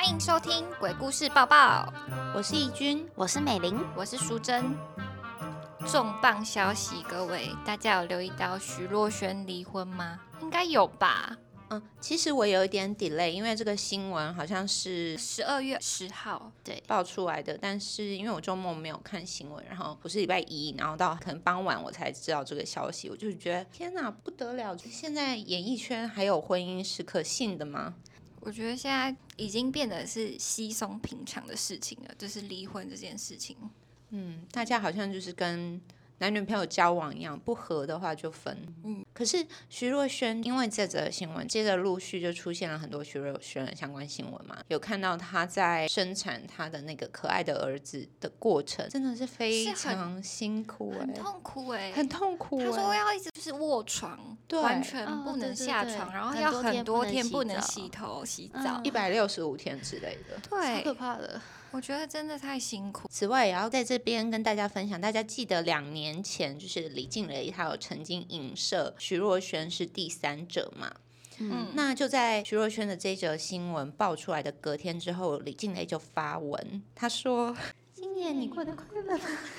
欢迎收听鬼故事报报， 我是义君， 我是美玲， 我是淑珍。重磅消息，各位，大家有留意到徐若瑄离婚吗？应该有吧。 其实我有一点 delay， 因为这个新闻好像是 12月10号对爆出来的，但是因为我周末没有看新闻，然后我是礼拜一，然后到可能傍晚我才知道这个消息，我就觉得天哪，不得了！现在演艺圈还有婚姻是可信的吗？ 我觉得现在已经变得是稀松平常的事情了，就是离婚这件事情。 大家好像就是跟男女朋友交往一样，不合的话就分。可是徐若瑄因为这则新闻，接着陆续就出现了很多徐若瑄的相关新闻嘛，有看到她在生产她的那个可爱的儿子的过程，真的是非常辛苦很痛苦很痛苦他说要一直就是卧床，完全不能下床，然后要很多天不能洗头洗澡 ，165天之类的， 对， 超可怕的。 我觉得真的太辛苦。 此外，也要在这边跟大家分享，大家记得2年前就是李静蕾她有曾经影射徐若瑄是第三者嘛？那就在徐若瑄的这则新闻爆出来的隔天之后，李静蕾就发文，她说：“今年你过得快乐吗？”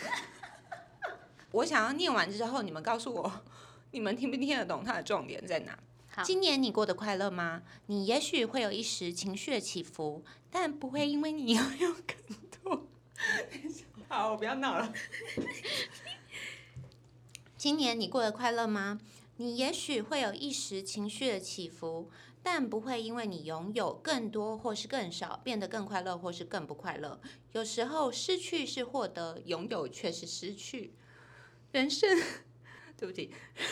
我想要念完之后，你们告诉我，你们听不听得懂它的重点在哪？今年你过得快乐吗？你也许会有一时情绪的起伏，但不会因为你拥有更多。好，我不要闹了。今年你过得快乐吗？你也许会有一时情绪的起伏，但不会因为你拥有更多或是更少，变得更快乐或是更不快乐。有时候失去是获得，拥有却是失去。人生，对不起。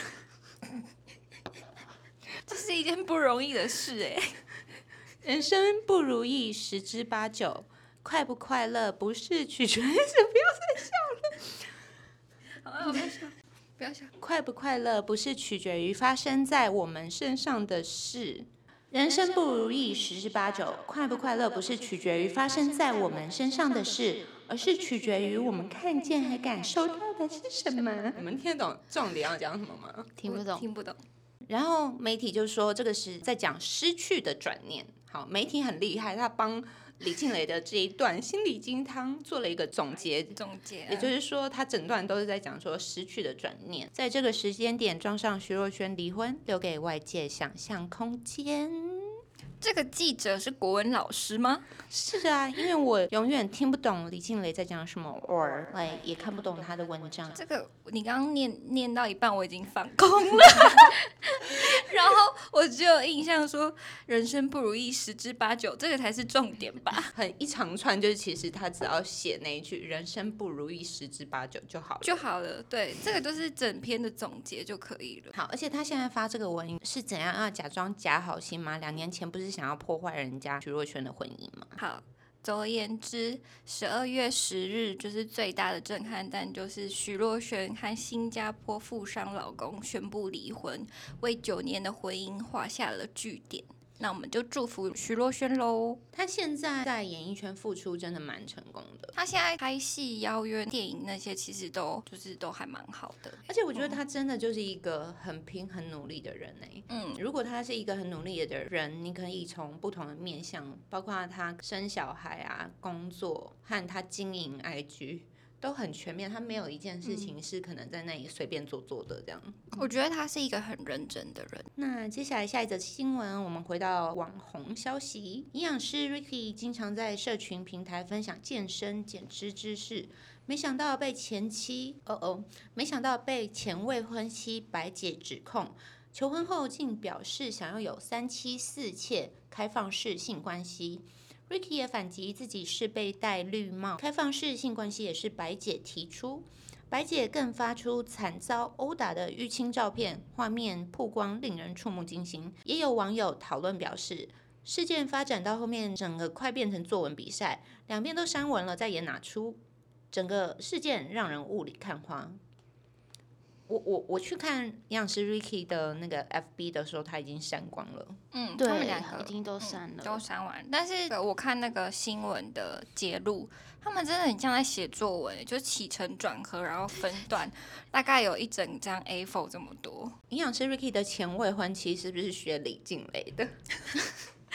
这是一件不容易的事哎， 人生不如意十之八九，快不快乐不是取决于，不要再笑了。 好，不要笑。 快不快乐不是取决于发生在我们身上的事。人生不如意十之八九，快不快乐不是取决于发生在我们身上的事，而是取决于我们看见和感受到的是什么。你们听得懂重点要讲什么吗？ 听不懂， 听不懂。 然后媒体就说这个是在讲失去的转念。好，媒体很厉害，他帮李静蕾的这一段心灵鸡汤做了一个总结，也就是说他整段都是在讲说失去的转念，在这个时间点装上徐若瑄离婚，留给外界想象空间。 这个记者是国文老师吗？ 是啊，因为我永远听不懂李静蕾在讲什么，也看不懂她的文章。 这个你刚刚念到一半，我已经放空了。然后我只有印象说人生不如意十之八九，这个才是重点吧。 很一长串，就是其实他只要写那一句人生不如意十之八九就好了。对， 这个就是整篇的总结就可以了。 好，而且他现在发这个文是怎样要假装假好心吗？2年前不是想要破坏人家徐若瑄的婚姻吗？ 好，总而言之，12月10日就是最大的震撼弹，就是徐若瑄和新加坡富商老公宣布离婚，为9年的婚姻画下了句点。那我们就祝福徐若瑄喽。 她现在在演艺圈付出真的蛮成功的。 她现在拍戏、邀约、电影那些，其实都还蛮好的。 而且我觉得她真的就是一个很拼、很努力的人如果她是一个很努力的人，你可以从不同的面向，包括她生小孩啊、工作和她经营 IG。都很全面，他没有一件事情是可能在那里随便做的这样。 我觉得他是一个很认真的人。 那接下来下一则新闻，我们回到网红消息。营养师 Ricky 经常在社群平台分享健身减脂知识，没想到被前未婚妻白姐指控，求婚后竟表示想要有3妻4妾开放式性关系。Ricky 也反击自己是被戴绿帽，开放式性关系也是白姐提出。白姐更发出惨遭殴打的淤青照片，画面曝光令人触目惊心。也有网友讨论表示，事件发展到后面整个快变成作文比赛，两边都删文了，再也拿出整个事件让人雾里看花。我去看营养师 Ricky 的那个 FB 的时候，他已经删光了。 对， 他们2个已经都删了， 都删完。但是我看那个新闻的揭露，他们真的很像在写作文，就起承转合，然后分段，大概有一整张 A4 这么多。 营养师 Ricky 的前未婚妻是不是学李静蕾的？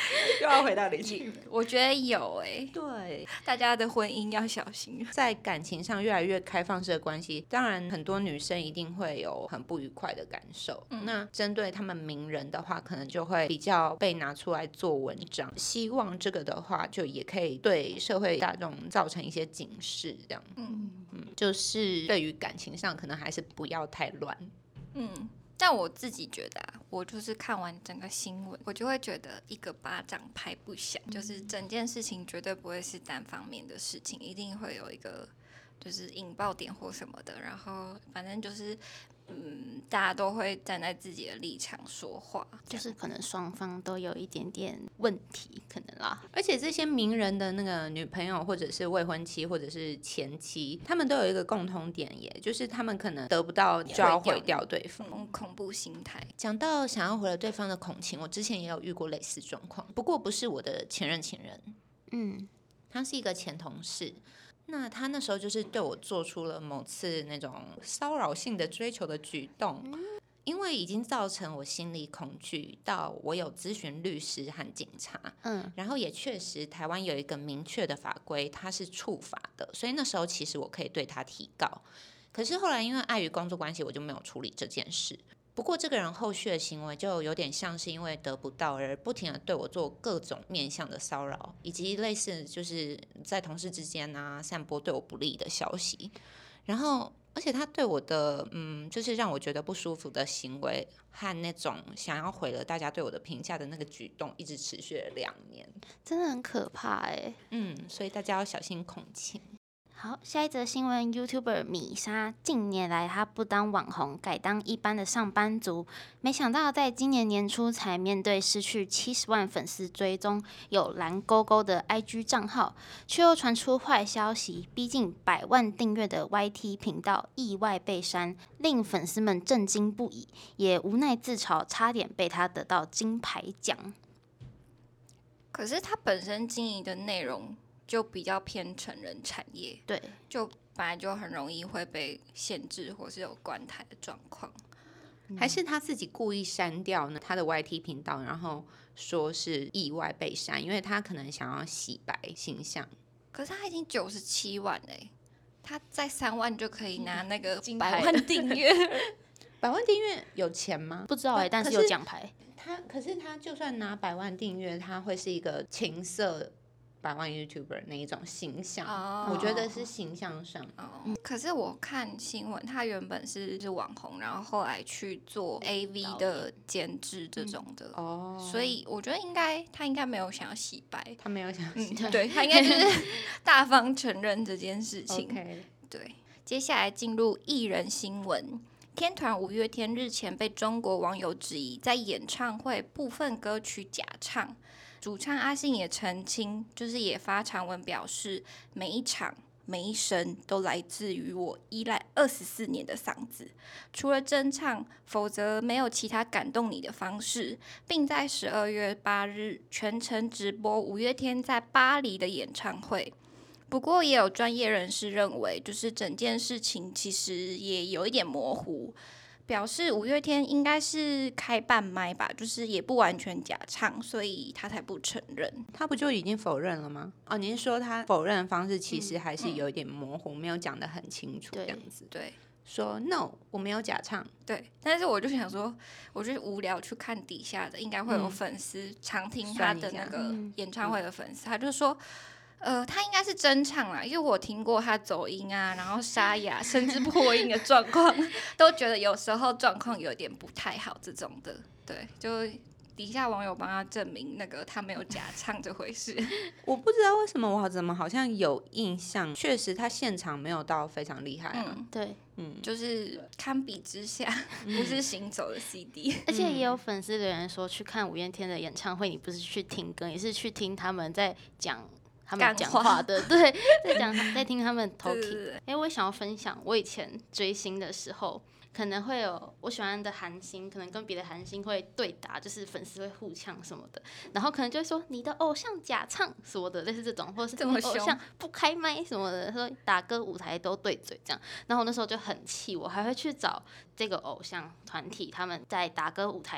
又要回到李庆明。 我觉得有对， 大家的婚姻要小心。 在感情上越来越开放式的关系，当然很多女生一定会有很不愉快的感受。那针对他们名人的话，可能就会比较被拿出来做文章。希望这个的话，就也可以对社会大众造成一些警示，这样。就是对于感情上，可能还是不要太乱。 但我自己觉得我就是看完整个新闻，我就会觉得一个巴掌拍不响，就是整件事情绝对不会是单方面的事情，一定会有一个就是引爆点或什么的，然后反正就是大家都会站在自己的立场说话， 就是可能双方都有一点点问题，可能啦。 而且这些名人的那个女朋友，或者是未婚妻，或者是前妻，他们都有一个共同点，就是他们可能得不到就要毁掉对方。 恐怖心态。 讲到想要毁了对方的恐情，我之前也有遇过类似状况，不过不是我的前任，他是一个前同事。那他那时候就是对我做出了某次那种骚扰性的追求的举动，因为已经造成我心理恐惧，到我有咨询律师和警察，然后也确实台湾有一个明确的法规，它是处罚的，所以那时候其实我可以对他提告。可是后来因为碍于工作关系，我就没有处理这件事。不过这个人后续的行为就有点像是因为得不到而不停的对我做各种面向的骚扰，以及类似就是在同事之间散播对我不利的消息。然后而且他对我的就是让我觉得不舒服的行为和那种想要毁了大家对我的评价的那个举动，一直持续了2年， 真的很可怕所以大家要小心恐情。 好，下一则新闻 ，YouTuber 米莎近年来她不当网红，改当一般的上班族。没想到在今年年初才面对失去70万粉丝追踪、有蓝勾勾的 IG 账号，却又传出坏消息，逼近100万订阅的 YT 频道意外被删，令粉丝们震惊不已，也无奈自嘲，差点被他得到金牌奖。 可是他本身经营的内容就比较偏成人产业， 对， 就本来就很容易会被限制或是有关台的状况。 还是他自己故意删掉呢他的 YT 频道，然后说是意外被删，因为他可能想要洗白形象。 可是他已经97万他在3万就可以拿那个金牌 100万订阅。 100万订阅有钱吗？ 不知道但是有奖牌。 可是他就算拿100万订阅，他会是一个情色100万 YouTuber 那一种形象，我觉得是形象上。 可是我看新闻，他原本是网红，然后后来去做 AV 的监制这种的，所以我觉得他应该没有想要洗白， 他没有想要洗白， 对，他应该就是大方承认这件事情。对，接下来进入艺人新闻。天团五月天日前被中国网友质疑在演唱会部分歌曲假唱，主唱阿信也澄清，就是也发长文表示，每一场每一声都来自于我依赖24年的嗓子，除了真唱，否则没有其他感动你的方式，并在12月8日全程直播五月天在巴黎的演唱会。不过也有专业人士认为，就是整件事情其实也有一点模糊，表示五月天应该是开半麦吧，就是也不完全假唱，所以他才不承认。 他不就已经否认了吗？你是说他否认的方式其实还是有一点模糊，没有讲得很清楚这样子？ 对， 说 no 我没有假唱。 对，但是我就想说，我就无聊去看底下的，应该会有粉丝常听他的那个演唱会的粉丝，他就说他应该是真唱啦，因为我听过他走音啊，然后沙哑，甚至破音的状况，都觉得有时候状况有点不太好这种的。对，就底下网友帮他证明那个他没有假唱这回事。 我不知道为什么我怎么好像有印象，确实他现场没有到非常厉害啊。 对， 就是堪比之下，不是行走的 CD。 而且也有粉丝留言说，去看五月天的演唱会，你不是去听歌，你是去听他们在讲。他们讲话的，对，在听他们 talking。我也想要分享，我以前追星的时候，可能会有我喜欢的韩星，可能跟别的韩星会对打，就是粉丝会互呛什么的，然后可能就会说你的偶像假唱什么的，类似这种，或者是你的偶像不开麦什么的，说打歌舞台都对嘴这样。然后我那时候就很气，我还会去找这个偶像团体他们在打歌舞台的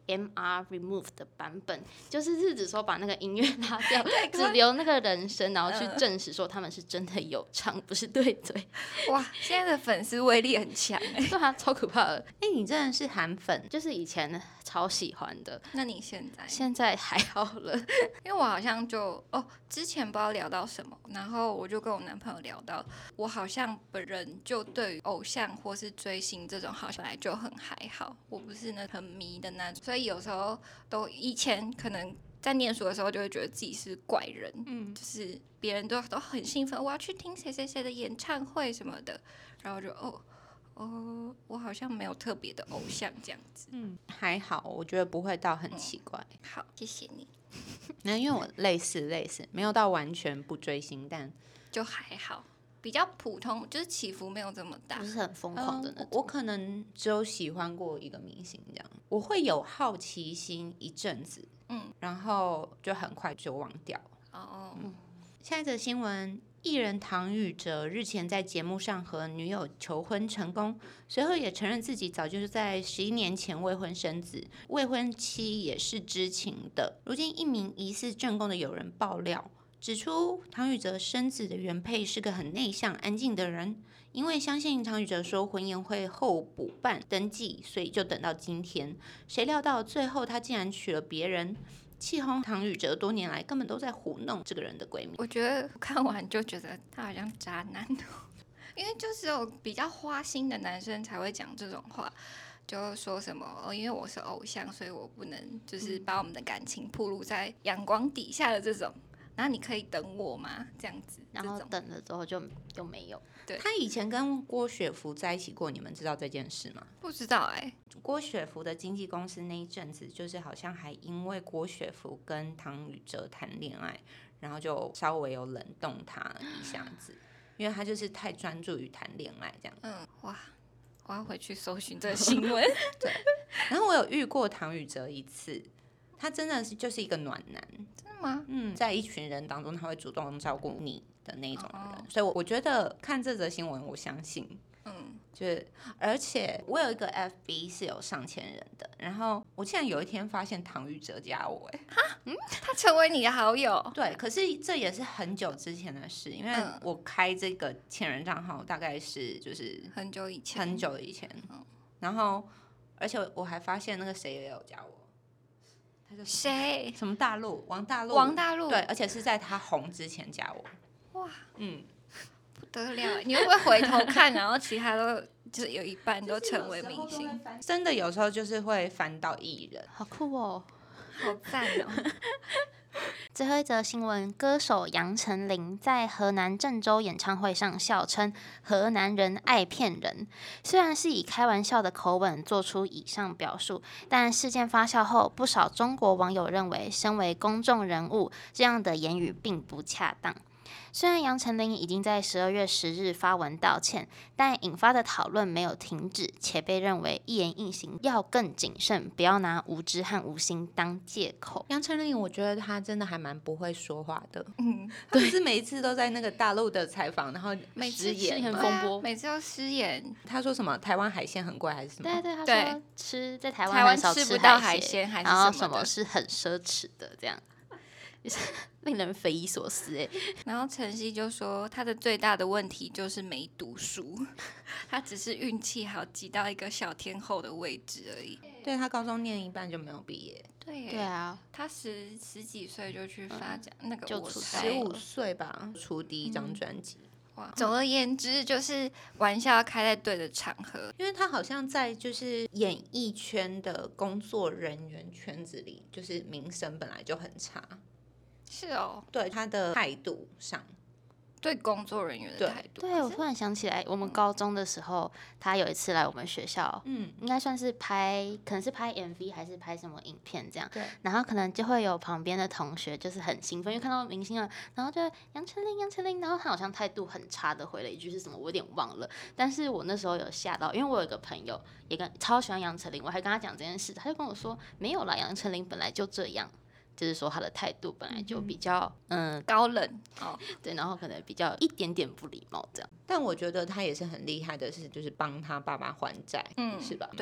MR remove 的版本，就是指说把那个音乐拉掉，只留那个人声，然后去证实说他们是真的有唱，不是对嘴。 哇，现在的粉丝威力很强哎。 对啊，超可怕的。 你真的是韩粉， 就是以前超喜欢的。 那你现在？ 现在还好了， 因为我好像之前不知道聊到什么，然后我就跟我男朋友聊到，我好像本人就对于偶像或是追星这种好像来就很还好，我不是那很迷的那种，所以有时候以前可能在念书的时候就会觉得自己是怪人，就是别人都很兴奋，我要去听谁谁谁的演唱会什么的，然后就我好像没有特别的偶像这样子。 还好，我觉得不会到很奇怪。 好，谢谢你。 因为我类似，没有到完全不追星，但就还好，比较普通，就是起伏没有这么大， 不是很疯狂的那种。 我可能只有喜欢过一个明星这样，我会有好奇心一阵子，然后就很快就忘掉。下一则新闻。艺人唐禹哲日前在节目上和女友求婚成功，随后也承认自己早就是在11年前未婚生子，未婚妻也是知情的。如今，一名疑似正宫的友人爆料，指出唐禹哲生子的原配是个很内向、安静的人，因为相信唐禹哲说婚宴会后补办登记，所以就等到今天。谁料到最后他竟然娶了别人。气轰唐禹哲多年来根本都在糊弄这个人的闺蜜。 我觉得看完就觉得他好像渣男，因为就只有比较花心的男生才会讲这种话，就说什么因为我是偶像，所以我不能就是把我们的感情暴露在阳光底下的这种。然后你可以等我吗？这样子， 然后等了之后就没有。 对， 他以前跟郭雪芙在一起过，你们知道这件事吗？ 不知道郭雪芙的经纪公司那一阵子，就是好像还因为郭雪芙跟唐禹哲谈恋爱，然后就稍微有冷冻他一下子，因为他就是太专注于谈恋爱这样。 哇，我要回去搜寻这个新闻。 对，然后我有遇过唐禹哲一次。他真的就是一个暖男， 真的吗？ 在一群人当中，他会主动照顾你的那种人，所以我觉得看这则新闻，我相信，就是而且我有一个 FB 是有上千人的，然后我竟然有一天发现唐禹哲加我， 他成为你的好友？ 对，可是这也是很久之前的事，因为我开这个千人账号大概是就是很久以前， 然后而且我还发现那个谁也有加我。 谁？ 什么大陆？王大陆？对，而且是在他红之前加我。 哇，不得了！你会不会回头看，然后其他都就是有一半都成为明星？ 真的有时候就是会翻到艺人， 好酷哦， 好赞哦！ 最后一则新闻，歌手杨丞琳在河南郑州演唱会上笑称河南人爱骗人。虽然是以开玩笑的口吻做出以上表述，但事件发酵后，不少中国网友认为，身为公众人物，这样的言语并不恰当。虽然杨丞琳已经在12月10日发文道歉，但引发的讨论没有停止，且被认为一言一行要更谨慎，不要拿无知和无心当借口。 杨丞琳，我觉得她真的还蛮不会说话的，她不是每一次都在那个大陆的采访，然后失言很风波， 每次都失言。 她说什么台湾海鲜很贵还是什么？ 对，她说在台湾很少吃不到海鲜，还是然后什么是很奢侈的这样。令人匪夷所思然后陈曦就说他的最大的问题就是没读书，他只是运气好挤到一个小天后的位置而已。 对，他高中念一半就没有毕业。 对啊， 他十几岁就去发展那个就 15岁吧出第一张专辑。 总而言之，就是玩笑要开在对的场合， 因为他好像在就是演艺圈的工作人员圈子里，就是名声本来就很差。 是哦， 对他的态度上， 对工作人员的态度。 对，我突然想起来，我们高中的时候，他有一次来我们学校，应该算是可能是拍 MV 还是拍什么影片这样。 对， 然后可能就会有旁边的同学就是很兴奋，因为看到明星了，然后就杨丞琳，然后他好像态度很差的回了一句是什么，我有点忘了。但是我那时候有吓到，因为我有一个朋友也超喜欢杨丞琳，我还跟他讲这件事，他就跟我说没有啦，杨丞琳本来就这样。就是说他的态度本来就比较高冷对，然后可能比较一点点不礼貌这样。 但我觉得他也是很厉害的是，就是帮他爸爸还债，是吧？ 对，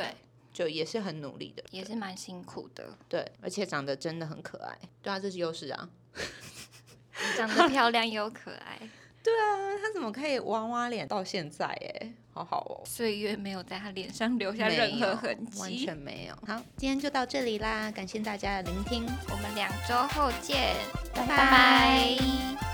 就也是很努力的， 也是蛮辛苦的。 对，而且长得真的很可爱。对啊，这是优势啊。 长得漂亮又可爱。 对啊，他怎么可以娃娃脸到现在耶？好好哦， 岁月没有在他脸上留下任何痕迹， 完全没有。好，今天就到这里啦，感谢大家的聆听， 我们2周后见， 拜拜拜。